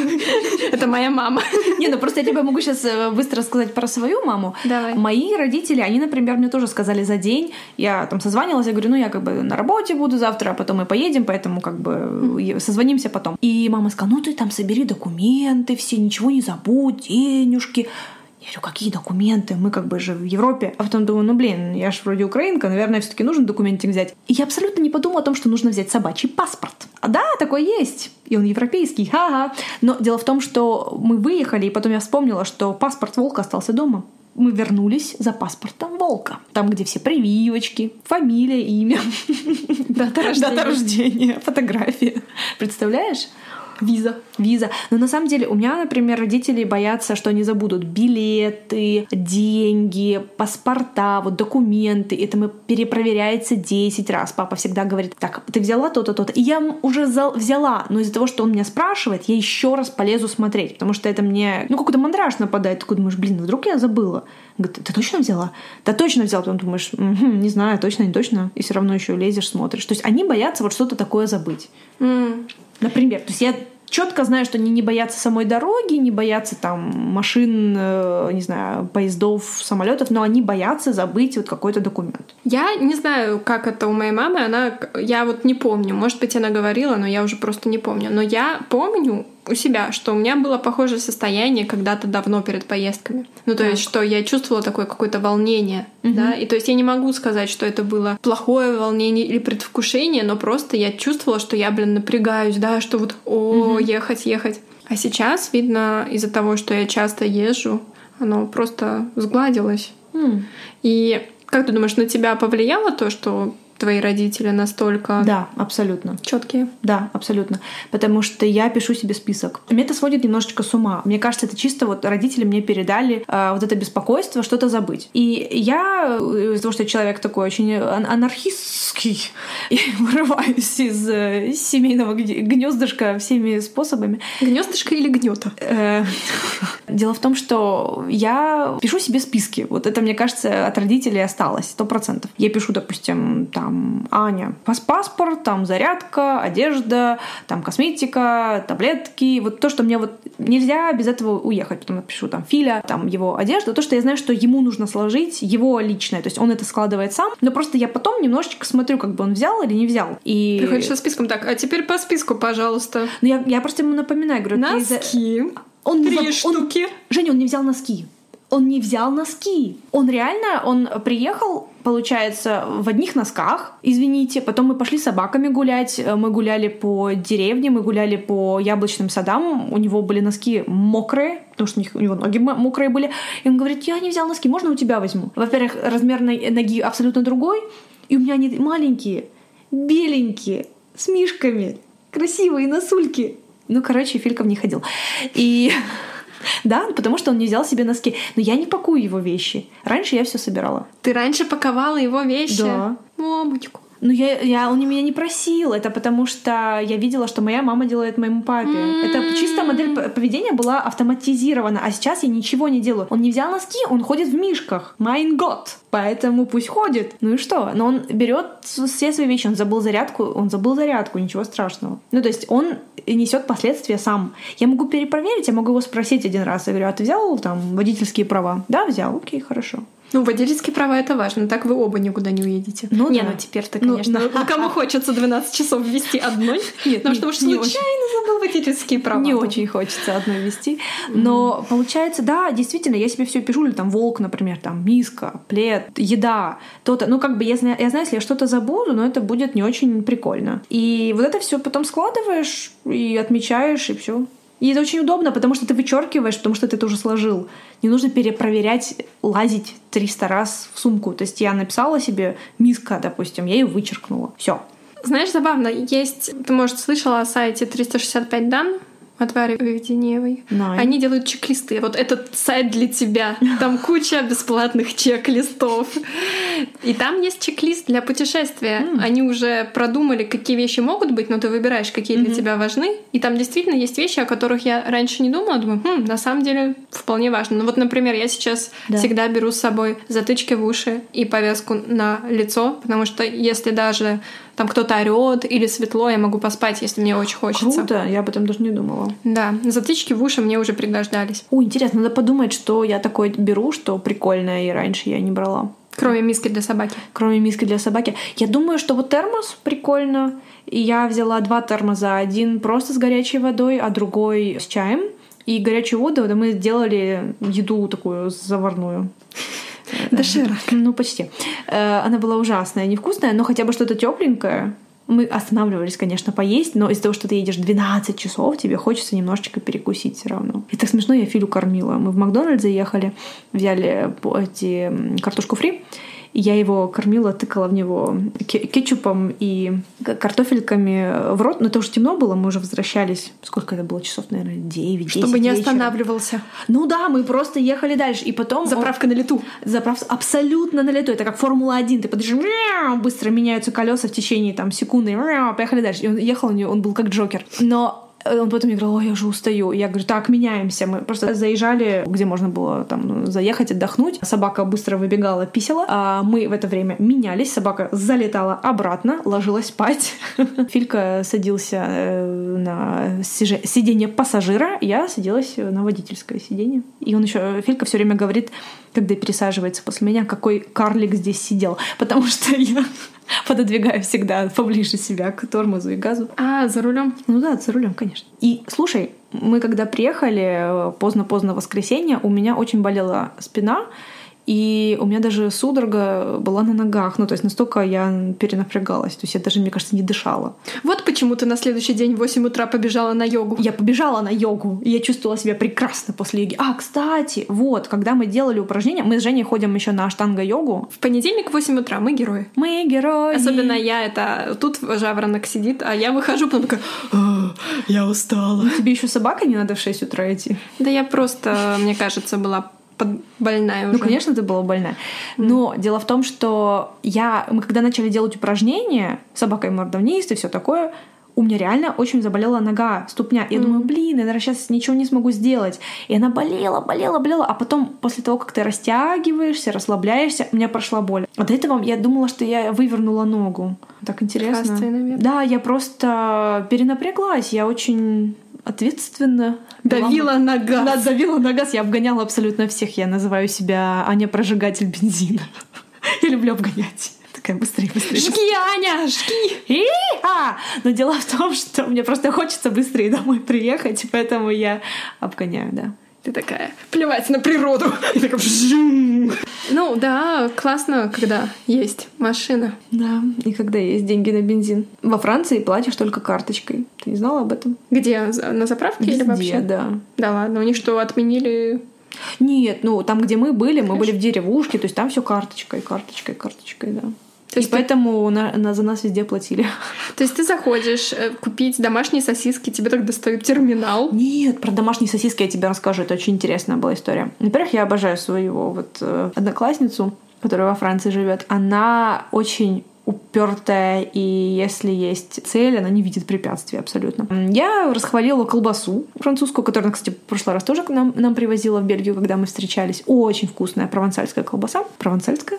Это моя мама. Не, ну просто я тебе могу сейчас быстро рассказать про свою маму. Давай. Мои родители, они, например, мне тоже сказали за день. Я там созванивалась, я говорю, ну я как бы на работе буду завтра, а потом мы поедем, поэтому как бы созвонимся потом. И мама сказала, ну ты там собери документы все, ничего не забудь, денежки. Я говорю, какие документы? Мы как бы же в Европе. А потом думаю, ну блин, я ж вроде украинка, наверное, все-таки нужен документик взять. И я абсолютно не подумала о том, что нужно взять собачий паспорт. А да, такой есть. И он европейский, ха-ха. Но дело в том, что мы выехали, и потом я вспомнила, что паспорт волка остался дома. Мы вернулись за паспортом волка. Там, где все прививочки, фамилия, имя, дата рождения, фотография. Представляешь? Виза. Но на самом деле у меня, например, родители боятся, что они забудут билеты, деньги, паспорта, вот документы. Это мы перепроверяется 10 раз. Папа всегда говорит, так, ты взяла то-то, то-то. И я уже взяла, но из-за того, что он меня спрашивает, я еще раз полезу смотреть, потому что это мне, какой-то мандраж нападает. Такой думаешь, блин, вдруг я забыла. Говорит, ты точно взяла? Да, точно взяла. Потом думаешь, не знаю, точно, не точно. И все равно еще лезешь, смотришь. То есть они боятся вот что-то такое забыть. Например, то есть я четко знаю, что они не боятся самой дороги, не боятся там машин, не знаю, поездов, самолетов, но они боятся забыть вот какой-то документ. Я не знаю, как это у моей мамы, я вот не помню, может быть, она говорила, но я уже просто не помню. Но я помню у себя, что у меня было похожее состояние когда-то давно перед поездками. Ну, то есть, что я чувствовала такое какое-то волнение, да, и то есть я не могу сказать, что это было плохое волнение или предвкушение, но просто я чувствовала, что я, напрягаюсь, да, что вот, ехать. А сейчас, видно, из-за того, что я часто езжу, оно просто сгладилось. И как ты думаешь, на тебя повлияло то, что твои родители настолько... Да, абсолютно. Четкие? Да, абсолютно. Потому что я пишу себе список. Меня это сводит немножечко с ума. Мне кажется, это чисто вот родители мне передали вот это беспокойство, что-то забыть. И я, из-за того, что я человек такой очень анархистский, вырываюсь из семейного гнездышка всеми способами. Гнездышко или гнёта? Дело в том, что я пишу себе списки. Вот это, мне кажется, от родителей осталось 100%. Я пишу, допустим, там там, Аня, паспорт, там, зарядка, одежда, там, косметика, таблетки. Вот то, что мне вот нельзя без этого уехать. Потом я пишу там Филя, там, его одежда. То, что я знаю, что ему нужно сложить, его личное. То есть он это складывает сам. Но просто я потом немножечко смотрю, как бы он взял или не взял. И... Приходишь со списком, так, а теперь по списку, пожалуйста. Ну, я просто ему напоминаю, говорю... Носки. Он 3 штуки. Женя, он не взял носки. Он не взял носки. Он реально, он приехал, получается, в одних носках, извините. Потом мы пошли с собаками гулять. Мы гуляли по деревне, мы гуляли по яблочным садам. У него были носки мокрые, потому что у него ноги мокрые были. И он говорит, я не взял носки, можно у тебя возьму? Во-первых, размер ноги абсолютно другой. И у меня они маленькие, беленькие, с мишками, красивые носульки. Ну, короче, Филька в них ходил. И... Да, потому что он не взял себе носки. Но я не пакую его вещи. Раньше я все собирала. Ты раньше паковала его вещи? Да. Мамочку. Ну, он меня не просил. Это потому что я видела, что моя мама делает моему папе. Это чисто модель поведения была автоматизирована. А сейчас я ничего не делаю. Он не взял носки, он ходит в мишках. Mein Gott. Поэтому пусть ходит. Ну и что? Но он берет все свои вещи. Он забыл зарядку, ничего страшного. Ну, то есть он несет последствия сам. Я могу перепроверить, я могу его спросить один раз. Я говорю, а ты взял там водительские права? Да, взял. Окей, хорошо. Ну, водительские права — это важно. Так вы оба никуда не уедете. Ну, не, да. ну теперь-то, конечно. Кому хочется 12 часов вести одной? Нет, потому что уж случайно забыл водительские права. Не очень хочется одной вести. Но получается, да, действительно, я себе все пишу, или там волк, например, там миска, плед, еда, то-то. Ну, как бы я знаю, если я что-то забуду, но это будет не очень прикольно. И вот это все потом складываешь и отмечаешь, и все. И это очень удобно, потому что ты вычеркиваешь, потому что ты это уже сложил. Не нужно перепроверять, лазить 300 раз в сумку. То есть я написала себе миска, допустим, я ее вычеркнула. Все. Знаешь, забавно, есть, ты, может, слышала о сайте 365 дан от Вари Веденеевой. Они делают чек-листы. Вот этот сайт для тебя. Там куча бесплатных чек-листов. И там есть чек-лист для путешествия. Они уже продумали, какие вещи могут быть, но ты выбираешь, какие для тебя важны. И там действительно есть вещи, о которых я раньше не думала. Думаю, на самом деле вполне важно. Ну вот, например, я сейчас всегда беру с собой затычки в уши и повязку на лицо, потому что если даже там кто-то орёт или светло, я могу поспать, если мне очень хочется. Круто, я об этом даже не думала. Да, затычки в уши мне уже пригождались. Интересно, надо подумать, что я такое беру, что прикольное, и раньше я не брала. Кроме миски для собаки. Кроме миски для собаки. Я думаю, что вот термос прикольно. И я взяла 2 термоса. Один просто с горячей водой, а другой с чаем. И горячую воду, да, мы делали еду такую заварную. Доширак. Ну, почти. Она была ужасная, невкусная, но хотя бы что-то тепленькое. Мы останавливались, конечно, поесть, но из-за того, что ты едешь 12 часов, тебе хочется немножечко перекусить все равно. И так смешно, я Филю кормила. Мы в Макдональдс заехали, взяли картошку фри, и я его кормила, тыкала в него кетчупом и картофельками в рот. Но это уже темно было, мы уже возвращались. Сколько это было? Часов, наверное, 9-10 Чтобы не вечера. останавливался. Ну да, мы просто ехали дальше. И потом... Заправка на лету. Заправка абсолютно на лету. Это как Формула-1. Ты подъезжаешь, быстро меняются колеса в течение секунды. Поехали дальше. И он ехал, он был как Джокер. Но он потом мне говорил, ой, я уже устаю. Я говорю, так, меняемся. Мы просто заезжали, где можно было там заехать, отдохнуть. Собака быстро выбегала, писала. А мы в это время менялись. Собака залетала обратно, ложилась спать. Филька садился на сиденье пассажира, я садилась на водительское сиденье. И он еще, Филька все время говорит, когда пересаживается после меня, какой карлик здесь сидел. Потому что я пододвигаю всегда поближе себя к тормозу и газу. А, за рулем? Ну да, за рулем, конечно. И слушай, мы когда приехали поздно-поздно в воскресенье, у меня очень болела спина, и у меня даже судорога была на ногах. Ну, то есть настолько я перенапрягалась. То есть я даже, мне кажется, не дышала. Вот почему ты на следующий день в 8 утра побежала на йогу. Я побежала на йогу, и я чувствовала себя прекрасно после йоги. А, кстати, вот, когда мы делали упражнения, мы с Женей ходим еще на аштанга-йогу. В понедельник в 8 утра мы герои. Мы герои. Особенно я, это тут жаворонок сидит, а я выхожу, потом такая, я устала. Тебе еще собака не надо в 6 утра идти? Да я просто, мне кажется, была больная уже. Ну, конечно, ты была больная. Но дело в том, что мы когда начали делать упражнения, собака и морда вниз и все такое, у меня реально очень заболела нога, ступня. Я думаю, блин, я, наверное, сейчас ничего не смогу сделать. И она болела, а потом, после того, как ты растягиваешься, расслабляешься, у меня прошла боль. А до этого я думала, что я вывернула ногу. Так интересно. Да, я просто перенапряглась. Я очень ответственно давила на газ. Да, давила на газ. Я обгоняла абсолютно всех. Я называю себя Аня Прожигатель бензина. Я люблю обгонять. Такая быстрее. Жги, Аня, жги! Но дело в том, что мне просто хочется быстрее домой приехать, поэтому я обгоняю, да. Ты такая, плевать на природу. И такая, ну да, классно, когда есть машина. Да, и когда есть деньги на бензин. Во Франции платишь только карточкой. Ты не знала об этом? Где? На заправке? Везде, или вообще? Да. Да ладно, у них что, отменили? Нет, там, где мы были в деревушке, то есть там все карточкой, да. То есть поэтому за нас везде платили. То есть ты заходишь купить домашние сосиски, тебе так достают терминал? Нет, про домашние сосиски я тебе расскажу. Это очень интересная была история. Во-первых, я обожаю свою одноклассницу, которая во Франции живет. Она очень упертая, и если есть цель, она не видит препятствий абсолютно. Я расхвалила колбасу французскую, которую она, кстати, в прошлый раз тоже нам привозила в Бельгию, когда мы встречались. Очень вкусная провансальская колбаса. Провансаль?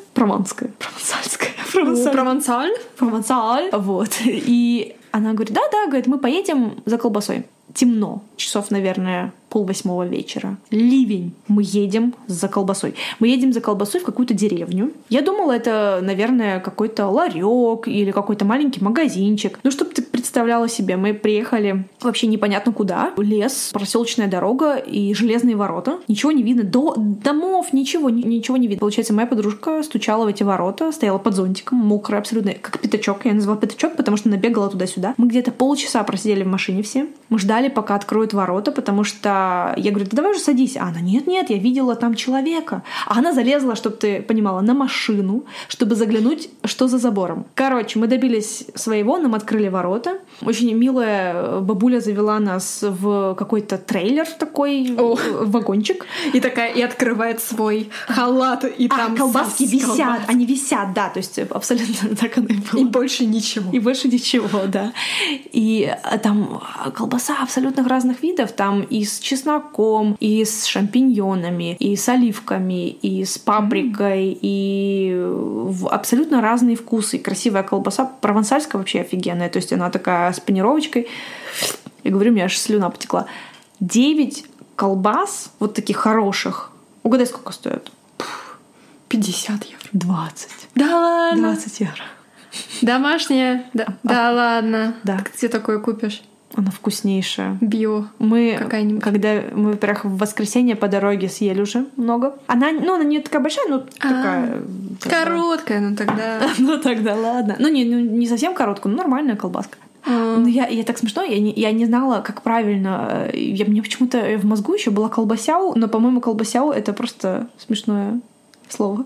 Вот. И она говорит, да, говорит, мы поедем за колбасой. Темно. Часов, наверное, 7:30 вечера. Ливень. Мы едем за колбасой. Мы едем за колбасой в какую-то деревню. Я думала, это, наверное, какой-то ларек или какой-то маленький магазинчик. Чтобы ты представляла себе, мы приехали вообще непонятно куда. Лес, проселочная дорога и железные ворота. Ничего не видно. Домов, ничего не видно. Получается, моя подружка стучала в эти ворота, стояла под зонтиком, мокрая абсолютно, как пятачок. Я назвала пятачок, потому что она бегала туда-сюда. Мы где-то полчаса просидели в машине все. Мы ждали, пока откроют ворота, потому что я говорю, да давай уже садись. А она, нет, я видела там человека. А она залезла, чтобы ты понимала, на машину, чтобы заглянуть, что за забором. Короче, мы добились своего, нам открыли ворота. Очень милая бабуля завела нас в какой-то трейлер такой, вагончик. И такая, и открывает свой халат, и там колбаски висят. Они висят, да, то есть абсолютно так оно и было. И больше ничего. Да. И там колбаса абсолютно разных видов. Там и с чесноком, и с шампиньонами, и с оливками, и с паприкой, и абсолютно разные вкусы. Красивая колбаса. Провансальская вообще офигенная. То есть она такая с панировочкой. Я говорю, у меня аж слюна потекла. 9 колбас, вот таких хороших. Угадай, сколько стоят? 50 евро. 20. Да ладно? 20 евро. Домашняя? Да ладно? Да. Ты где такое купишь? Она вкуснейшая. Био. Когда мы, во-первых, в воскресенье по дороге съели уже много. Она не такая большая, такая... Короткая, тогда... тогда ладно. Не совсем короткая, нормальная колбаска. Но я так смешно, я не знала, как правильно. Мне почему-то в мозгу еще была колбасяу, но, по-моему, колбасяу — это просто смешное слово.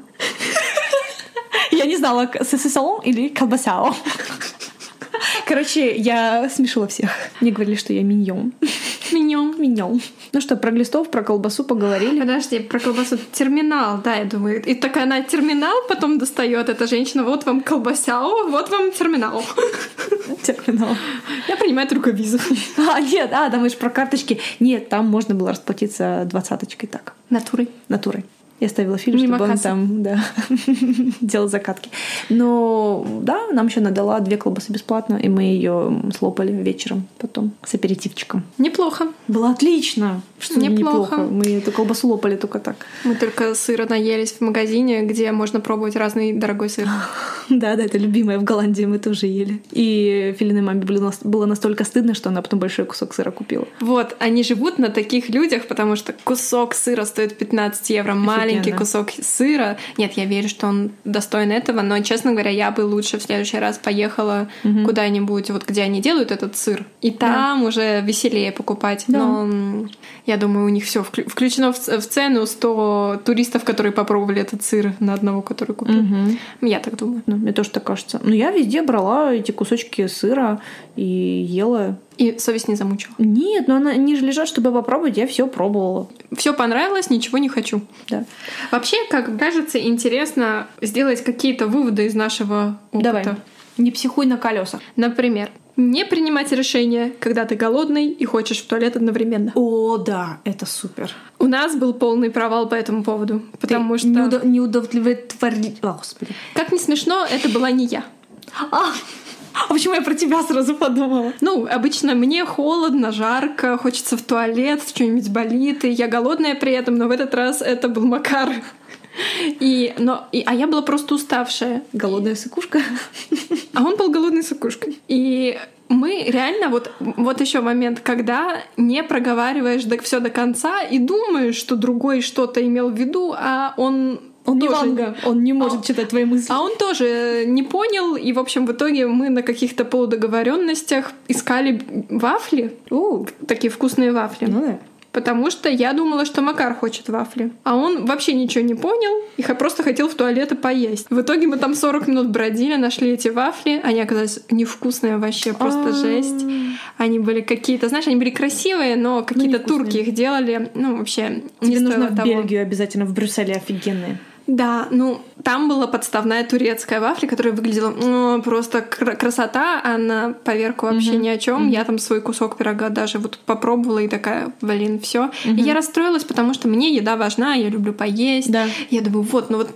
Я не знала, сосисалон или колбасяу. Короче, я смешила всех. Мне говорили, что я миньон. Миньон. Ну что, про глистов, про колбасу поговорили. Подожди, про колбасу. Терминал, да, я думаю. И такая она терминал потом достает эта женщина. Вот вам колбасяу, вот вам терминал. Терминал. Я принимаю только визу. Нет, думаешь про карточки? Нет, там можно было расплатиться 20-очкой так. Натурой. Я ставила фильм, чтобы он там делал закатки. Но да, нам еще надала 2 колбасы бесплатно, и мы ее слопали вечером потом с аперитивчиком. Неплохо. Было отлично. Что неплохо. Мы эту колбасу лопали только так. Мы только сыра наелись в магазине, где можно пробовать разный дорогой сыр. Да, это любимое в Голландии мы тоже ели. И Филиной маме было настолько стыдно, что она потом большой кусок сыра купила. Вот, они живут на таких людях, потому что кусок сыра стоит 15 евро. Маленький кусок сыра. Нет, я верю, что он достоин этого, но, честно говоря, я бы лучше в следующий раз поехала куда-нибудь, вот где они делают этот сыр. И там уже веселее покупать. Да. Но я думаю, у них все включено в цену 100 туристов, которые попробовали этот сыр на одного, который купил. Я так думаю. Мне тоже так кажется. Но я везде брала эти кусочки сыра и ела. И совесть не замучила? Нет, но они же лежат, чтобы попробовать, я все пробовала. Все понравилось, ничего не хочу. Да. Вообще, как кажется, интересно сделать какие-то выводы из нашего опыта. Давай. Не психуй на колесах. Например, Не принимать решения, когда ты голодный и хочешь в туалет одновременно. О, да, это супер. У нас был полный провал по этому поводу, потому что... Не удовлетворить... Господи. Как ни смешно, это была не я. А почему я про тебя сразу подумала? Ну, обычно мне холодно, жарко, хочется в туалет, что-нибудь болит, и я голодная при этом, но в этот раз это был Макар. А я была просто уставшая. Голодная сыкушка. А он был голодной сыкушкой. И мы реально, вот еще момент, когда не проговариваешь все до конца и думаешь, что другой что-то имел в виду, а он не Ванга, он не может читать твои мысли. А он тоже не понял, и, в общем, в итоге мы на каких-то полудоговоренностях искали вафли. Такие вкусные вафли. Ну да. Потому что я думала, что Макар хочет вафли. А он вообще ничего не понял и просто хотел в туалет и поесть. В итоге мы там 40 минут бродили, нашли эти вафли. Они оказались невкусные вообще, просто жесть. Они были какие-то, знаешь, они были красивые, но какие-то турки их делали. Ну, вообще, не стоило того. Тебе нужно в Бельгию обязательно, в Брюсселе офигенные. Да, там была подставная турецкая вафля, которая выглядела просто красота, а на поверку вообще ни о чем. Я там свой кусок пирога даже вот попробовала и такая, блин, все. И я расстроилась, потому что мне еда важна, я люблю поесть. Да. Я думаю,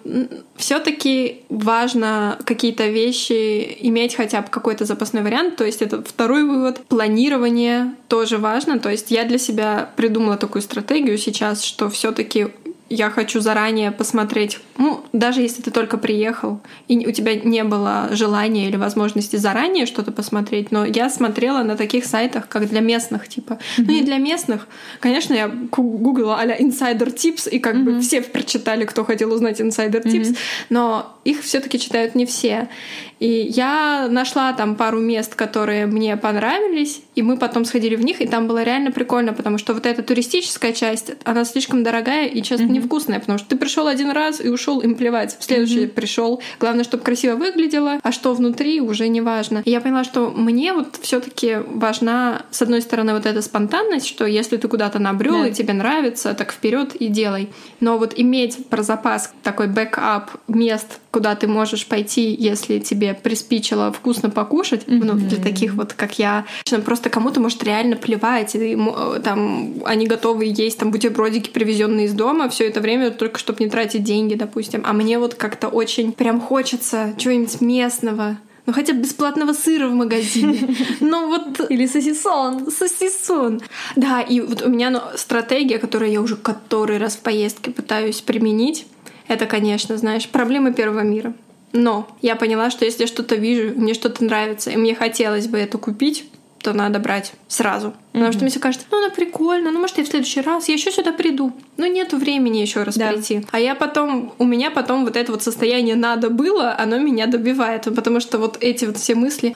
все-таки важно какие-то вещи иметь хотя бы какой-то запасной вариант. То есть это второй вывод. Планирование тоже важно. То есть я для себя придумала такую стратегию сейчас, что все-таки я хочу заранее посмотреть, даже если ты только приехал, и у тебя не было желания или возможности заранее что-то посмотреть, но я смотрела на таких сайтах, как для местных, типа. Ну, не для местных. Конечно, я гуглила а-ля Insider Tips, и как бы все прочитали, кто хотел узнать Insider Tips, но их все-таки читают не все. И я нашла там пару мест, которые мне понравились, и мы потом сходили в них, и там было реально прикольно, потому что вот эта туристическая часть, она слишком дорогая и часто невкусная, потому что ты пришел один раз и ушел, им плевать. В следующий пришел. Главное, чтобы красиво выглядело, а что внутри, уже не важно. И я поняла, что мне вот все-таки важна, с одной стороны, вот эта спонтанность, что если ты куда-то набрел и тебе нравится, так вперед и делай. Но вот иметь про запас такой бэкап мест, куда ты можешь пойти, если тебе приспичило вкусно покушать, для таких вот, как я, просто кому-то может реально плевать, и там они готовы есть там бутербродики, привезенные из дома, все это время только чтобы не тратить деньги, допустим. А мне вот как-то очень прям хочется чего-нибудь местного. Ну, хотя бы бесплатного сыра в магазине. Ну, вот... Или сосисон. Сосисон. Да, и вот у меня стратегия, которую я уже который раз в поездке пытаюсь применить, это, конечно, знаешь, проблемы первого мира. Но я поняла, что если я что-то вижу, мне что-то нравится, и мне хотелось бы это купить, то надо брать сразу. Потому что мне все кажется, она прикольно, может, я в следующий раз, я еще сюда приду. Но нету времени еще раз прийти. А у меня потом вот это вот состояние «надо было», оно меня добивает. Потому что вот эти вот все мысли,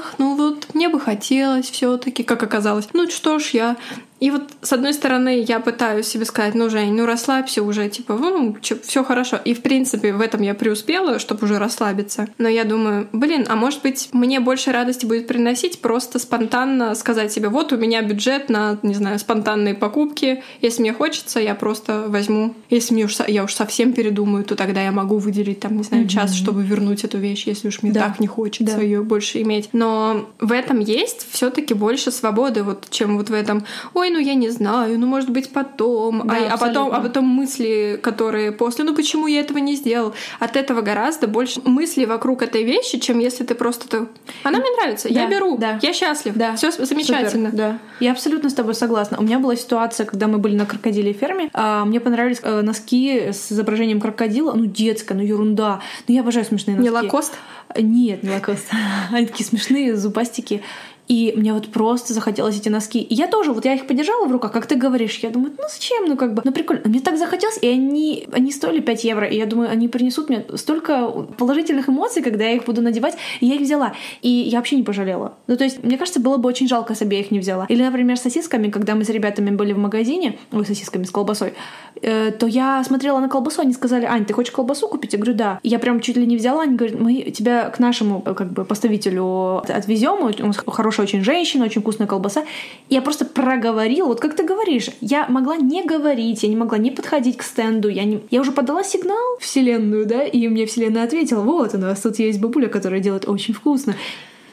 мне бы хотелось все-таки, как оказалось. Что ж я... И вот с одной стороны я пытаюсь себе сказать, Жень, расслабься уже, все хорошо. И в принципе в этом я преуспела, чтобы уже расслабиться. Но я думаю, а может быть мне больше радости будет приносить просто спонтанно сказать себе, вот у меня бюджет на, не знаю, спонтанные покупки. Если мне хочется, я просто возьму. Если я уж совсем передумаю, то тогда я могу выделить там, не знаю, час, чтобы вернуть эту вещь, если уж мне так не хочется ее больше иметь. Но в этом есть все-таки больше свободы, чем вот в этом. Я не знаю, может быть потом, а потом мысли, которые после, почему я этого не сделал. От этого гораздо больше мыслей вокруг этой вещи, чем если ты просто она мне нравится, я беру, я счастлив, все замечательно. Супер, да. Я абсолютно с тобой согласна. У меня была ситуация, когда мы были на крокодиле ферме, мне понравились носки с изображением крокодила, детская, ерунда. Я обожаю смешные носки. Не Лакост? Нет, не Лакост. Они такие смешные, зубастики. И мне просто захотелось эти носки. И я тоже, я их подержала в руках, как ты говоришь. Я думаю, зачем? Прикольно. Мне так захотелось, и они стоили 5 евро. И я думаю, они принесут мне столько положительных эмоций, когда я их буду надевать. И я их взяла. И я вообще не пожалела. То есть, мне кажется, было бы очень жалко, если бы я их не взяла. Или, например, с сосисками, когда мы с ребятами были в магазине, сосисками, с колбасой, то я смотрела на колбасу, они сказали, Ань, ты хочешь колбасу купить? Я говорю, да. И я прям чуть ли не взяла, они говорят, мы тебя к нашему поставителю отвезем, у нас хорошая очень женщина, очень вкусная колбаса. И я просто проговорила, как ты говоришь, я могла не говорить, я не могла не подходить к стенду, я уже подала сигнал в вселенную, и мне вселенная ответила, вот у нас тут есть бабуля, которая делает очень вкусно.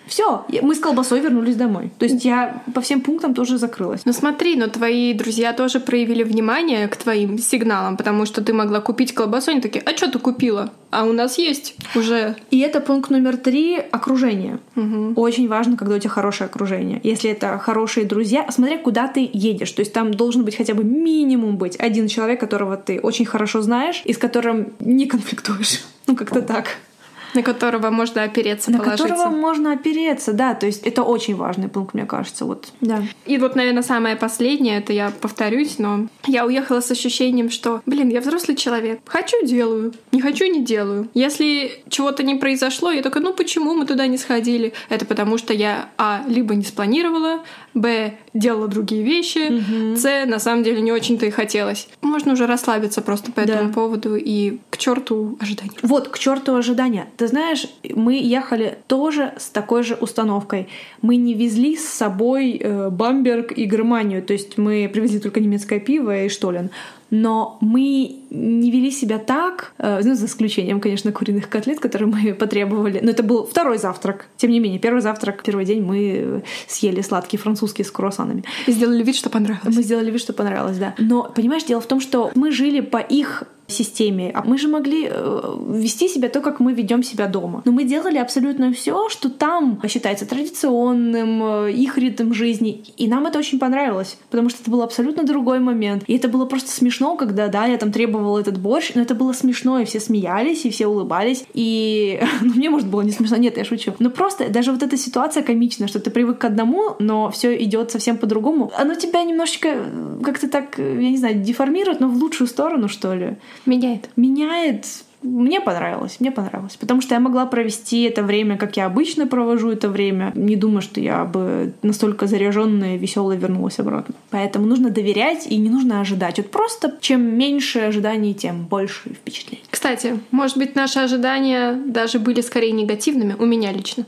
Все, мы с колбасой вернулись домой. То есть я по всем пунктам тоже закрылась. Ну смотри, но твои друзья тоже проявили внимание к твоим сигналам, потому что ты могла купить колбасу, они такие: а что ты купила? А у нас есть уже. И это пункт номер 3 — окружение. Очень важно, когда у тебя хорошее окружение. Если это хорошие друзья, смотря куда ты едешь. То есть там должен быть хотя бы минимум быть один человек, которого ты очень хорошо знаешь и с которым не конфликтуешь. Ну, как-то так. На которого можно опереться, положиться. На которого можно опереться, да. То есть это очень важный пункт, мне кажется. Вот. Да. И вот, наверное, самое последнее, это я повторюсь, но я уехала с ощущением, что, я взрослый человек. Хочу — делаю. Не хочу — не делаю. Если чего-то не произошло, я такая: почему мы туда не сходили? Это потому что я, либо не спланировала, б, делала другие вещи, с, на самом деле не очень-то и хотелось. Можно уже расслабиться просто по этому поводу и к черту ожидания. Вот, к черту ожидания. Ты знаешь, мы ехали тоже с такой же установкой. Мы не везли с собой Бамберг и Германию. То есть мы привезли только немецкое пиво и Штолен. Но мы не вели себя так, за исключением, конечно, куриных котлет, которые мы потребовали. Но это был второй завтрак. Тем не менее, первый завтрак, первый день мы съели сладкие французские с круассанами. И сделали вид, что понравилось. Мы сделали вид, что понравилось, да. Но, понимаешь, дело в том, что мы жили по их системе, а мы же могли вести себя то, как мы ведем себя дома. Но мы делали абсолютно все, что там считается традиционным, их ритм жизни. И нам это очень понравилось, потому что это был абсолютно другой момент. И это было просто смешно, когда, я там требовала этот борщ, но это было смешно, и все смеялись, и все улыбались. И мне, может, было не смешно. Нет, я шучу. Но просто даже вот эта ситуация комичная, что ты привык к одному, но все идет совсем по-другому. Оно тебя немножечко как-то так, я не знаю, деформирует, но в лучшую сторону, что ли. Меняет. Мне понравилось. Потому что я могла провести это время, как я обычно провожу это время. Не думаю, что я бы настолько заряженная и веселая вернулась обратно. Поэтому нужно доверять и не нужно ожидать. Вот просто чем меньше ожиданий, тем больше впечатлений. Кстати, может быть, наши ожидания даже были скорее негативными. У меня лично.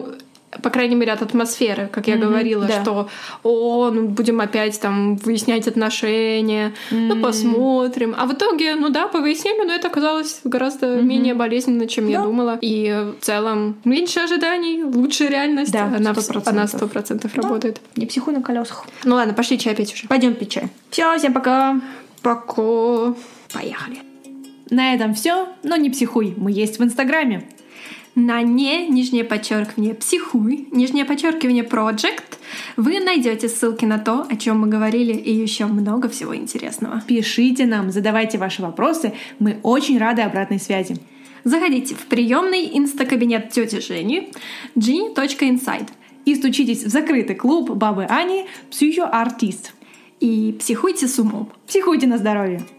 По крайней мере, от атмосферы, как я говорила, что будем опять там выяснять отношения, посмотрим. А в итоге, повыяснили, но это оказалось гораздо менее болезненно, чем я думала. И в целом меньше ожиданий, лучше реальность. Да, она 100% работает. Не психуй на колесах. Ну ладно, пошли чай пить уже. Пойдем пить чай. Все, всем пока. Пока. Поехали. На этом все, но не психуй. Мы есть в Инстаграме. На _психуй, _project вы найдете ссылки на то, о чем мы говорили, и еще много всего интересного. Пишите нам, задавайте ваши вопросы. Мы очень рады обратной связи. Заходите в приемный инстакабинет тети Жени genie.inside и стучитесь в закрытый клуб бабы Ани «Психоартист». И психуйте с умом. Психуйте на здоровье.